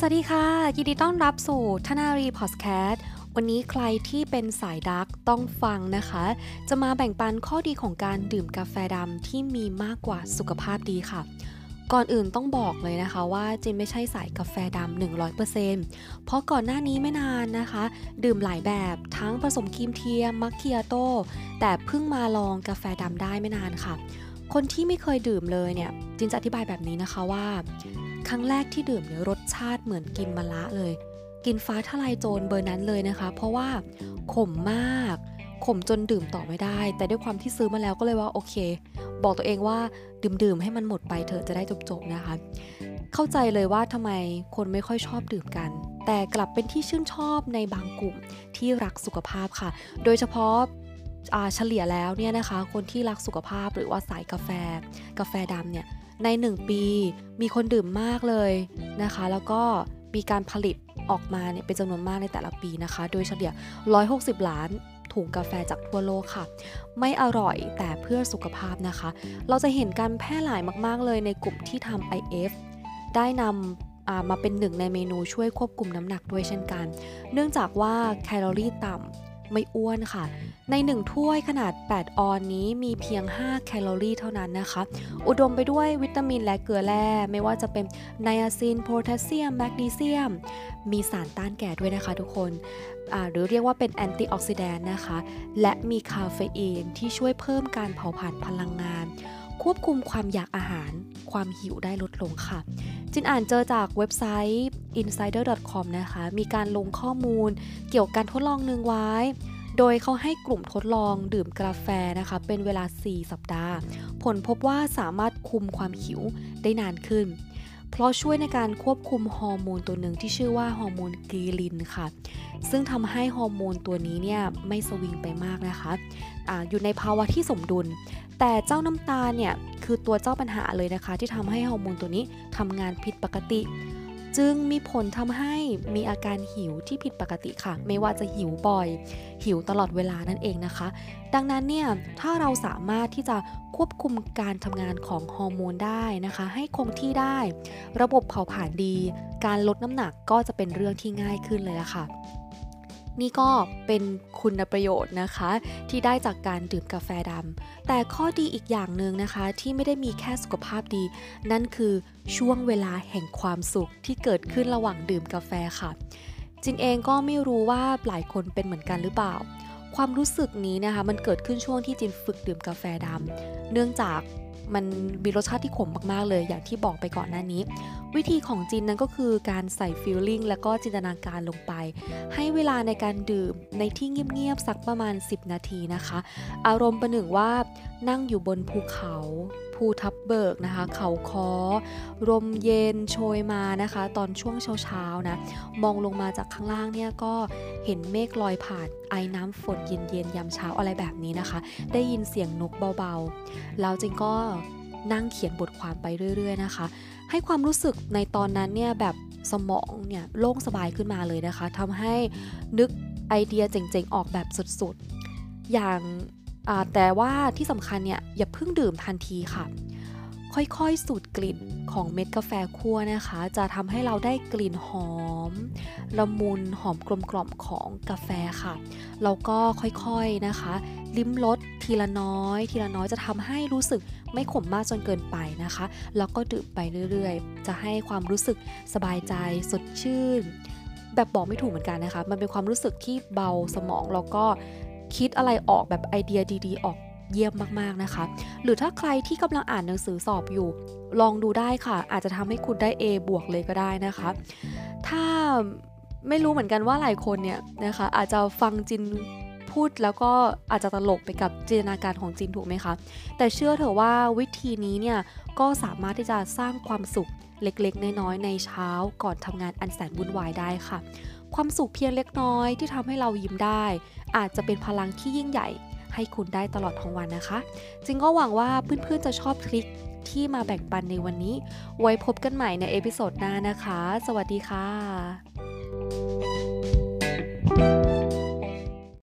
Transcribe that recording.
สวัสดีค่ะยินดีต้อนรับสู่ทนารีพอดแคสต์วันนี้ใครที่เป็นสายดาร์กต้องฟังนะคะจะมาแบ่งปันข้อดีของการดื่มกาแฟดำที่มีมากกว่าสุขภาพดีค่ะก่อนอื่นต้องบอกเลยนะคะว่าจินไม่ใช่สายกาแฟดำ 100% เพราะก่อนหน้านี้ไม่นานนะคะดื่มหลายแบบทั้งผสมครีมเทียมมัคคิอาโต้แต่เพิ่งมาลองกาแฟดำได้ไม่นานค่ะคนที่ไม่เคยดื่มเลยเนี่ยจินจะอธิบายแบบนี้นะคะว่าครั้งแรกที่ดื่มเนี่ยรสชาติเหมือนกินมะระเลยกินฟ้าทะลายโจรเบอร์นั้นเลยนะคะเพราะว่าขมมากขมจนดื่มต่อไม่ได้แต่ด้วยความที่ซื้อมาแล้วก็เลยว่าโอเคบอกตัวเองว่าดื่มให้มันหมดไปเถอะจะได้จบๆนะคะเข้าใจเลยว่าทำไมคนไม่ค่อยชอบดื่มกันแต่กลับเป็นที่ชื่นชอบในบางกลุ่มที่รักสุขภาพค่ะโดยเฉพาะเฉลี่ยแล้วเนี่ยนะคะคนที่รักสุขภาพหรือว่าสายกาแฟดำเนี่ยใน1ปีมีคนดื่มมากเลยนะคะแล้วก็มีการผลิตออกมาเนี่ยเป็นจำนวนมากในแต่ละปีนะคะโดยเฉลี่ย160ล้านถุงกาแฟจากทั่วโลกค่ะไม่อร่อยแต่เพื่อสุขภาพนะคะเราจะเห็นการแพร่หลายมากๆเลยในกลุ่มที่ทำ IF ได้นำมาเป็นหนึ่งในเมนูช่วยควบคุมน้ำหนักด้วยเช่นกันเนื่องจากว่าแคลอรี่ต่ำไม่อ้วนค่ะใน1ถ้วยขนาด8ออนนี้มีเพียง5แคลอรี่เท่านั้นนะคะอุดมไปด้วยวิตามินและเกลือแร่ไม่ว่าจะเป็นไนอาซินโพแทสเซียมแมกนีเซียมมีสารต้านแก่ด้วยนะคะทุกคนหรือเรียกว่าเป็นแอนตี้ออกซิแดนต์นะคะและมีคาเฟอีนที่ช่วยเพิ่มการเผาผลาญพลังงานควบคุมความอยากอาหารความหิวได้ลดลงค่ะจินอ่านเจอจากเว็บไซต์ insider.com นะคะมีการลงข้อมูลเกี่ยวกับการทดลองหนึ่งไว้โดยเขาให้กลุ่มทดลองดื่มกาแฟนะคะเป็นเวลา4สัปดาห์ผลพบว่าสามารถคุมความหิวได้นานขึ้นเพราะช่วยในการควบคุมฮอร์โมนตัวหนึ่งที่ชื่อว่าฮอร์โมนกรีลินค่ะซึ่งทำให้ฮอร์โมนตัวนี้เนี่ยไม่สวิงไปมากนะคะอยู่ในภาวะที่สมดุลแต่เจ้าน้ำตาลเนี่ยคือตัวเจ้าปัญหาเลยนะคะที่ทำให้ฮอร์โมนตัวนี้ทำงานผิดปกติจึงมีผลทำให้มีอาการหิวที่ผิดปกติค่ะไม่ว่าจะหิวบ่อยหิวตลอดเวลานั่นเองนะคะดังนั้นเนี่ยถ้าเราสามารถที่จะควบคุมการทำงานของฮอร์โมนได้นะคะให้คงที่ได้ระบบเผาผลาญดีการลดน้ำหนักก็จะเป็นเรื่องที่ง่ายขึ้นเลยละค่ะนี่ก็เป็นคุณประโยชน์นะคะที่ได้จากการดื่มกาแฟดำแต่ข้อดีอีกอย่างหนึ่งนะคะที่ไม่ได้มีแค่สุขภาพดีนั่นคือช่วงเวลาแห่งความสุขที่เกิดขึ้นระหว่างดื่มกาแฟค่ะจินเองก็ไม่รู้ว่าหลายคนเป็นเหมือนกันหรือเปล่าความรู้สึกนี้นะคะมันเกิดขึ้นช่วงที่จินฝึกดื่มกาแฟดำเนื่องจากมันมีรสชาติที่ขมมากๆเลยอย่างที่บอกไปก่อนหน้านี้วิธีของจินนั้นก็คือการใส่ฟีลลิ่งและก็จินตนาการลงไปให้เวลาในการดื่มในที่เงียบๆสักประมาณ10นาทีนะคะอารมณ์ประหนึ่งว่านั่งอยู่บนภูเขาภูทับเบิกนะคะเขาค้อลมเย็นโชยมานะคะตอนช่วงเช้าๆนะมองลงมาจากข้างล่างเนี่ยก็เห็นเมฆลอยผ่านไอน้ำฝนเย็นๆยามเช้าอะไรแบบนี้นะคะได้ยินเสียงนกเบาๆแล้วจินก็นั่งเขียนบทความไปเรื่อยๆนะคะให้ความรู้สึกในตอนนั้นเนี่ยแบบสมองเนี่ยโล่งสบายขึ้นมาเลยนะคะทำให้นึกไอเดียเจ๋งๆออกแบบสุดๆอย่างแต่ว่าที่สำคัญเนี่ยอย่าเพิ่งดื่มทันทีค่ะค่อยๆสูดกลิ่นของเม็ดกาแฟคั่วนะคะจะทำให้เราได้กลิ่นหอมละมุนหอมกลมกล่อมของกาแฟค่ะแล้วก็ค่อยๆนะคะลิ้มรสทีละน้อยทีละน้อยจะทำให้รู้สึกไม่ขมมากจนเกินไปนะคะแล้วก็ดื่มไปเรื่อยๆจะให้ความรู้สึกสบายใจสดชื่นแบบบอกไม่ถูกเหมือนกันนะคะมันเป็นความรู้สึกที่เบาสมองแล้วก็คิดอะไรออกแบบไอเดียดีๆออกเยี่ยมมากๆนะคะหรือถ้าใครที่กำลังอ่านหนังสือสอบอยู่ลองดูได้ค่ะอาจจะทำให้คุณได้ A บวกเลยก็ได้นะคะถ้าไม่รู้เหมือนกันว่าหลายคนเนี่ยนะคะอาจจะฟังจินพูดแล้วก็อาจจะตลกไปกับจินตนาการของจินถูกไหมคะแต่เชื่อเถอะว่าวิธีนี้เนี่ยก็สามารถที่จะสร้างความสุขเล็กๆน้อยๆในเช้าก่อนทำงานอันแสนวุ่นวายได้ค่ะความสุขเพียงเล็กน้อยที่ทำให้เรายิ้มได้อาจจะเป็นพลังที่ยิ่งใหญ่ให้คุณได้ตลอดทั้งวันนะคะจึงก็หวังว่าเพื่อนๆจะชอบทริคที่มาแบ่งปันในวันนี้ไว้พบกันใหม่ในเอพิโซดหน้านะคะสวัสดีค่ะ